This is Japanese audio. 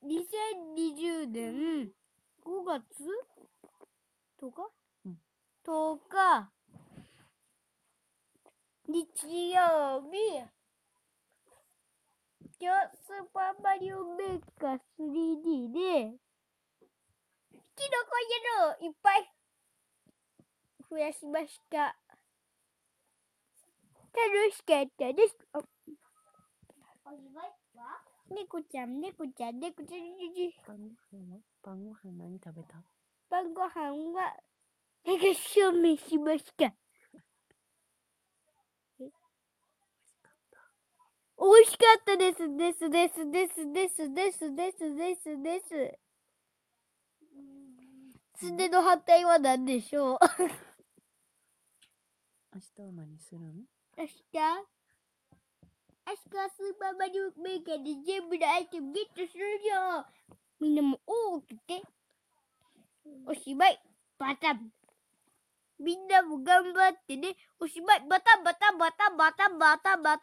2020年5月10日、 うん、 10日日曜日、今日スーパーマリオメーカー 3D でキノコ野郎いっぱい増やしました。楽しかったです。猫ちゃん。 晩ご飯何食べた？ 晩ご飯は流しそうめんしました。美味しかったです。すねの反対は何でしょう？ 明日は何するん？ 明日はスーパーマリオメーカーで全部のアイテムゲットするよ。みんなもおーって言って。おしまい。バタン。みんなも頑張ってね。おしまい。バタン。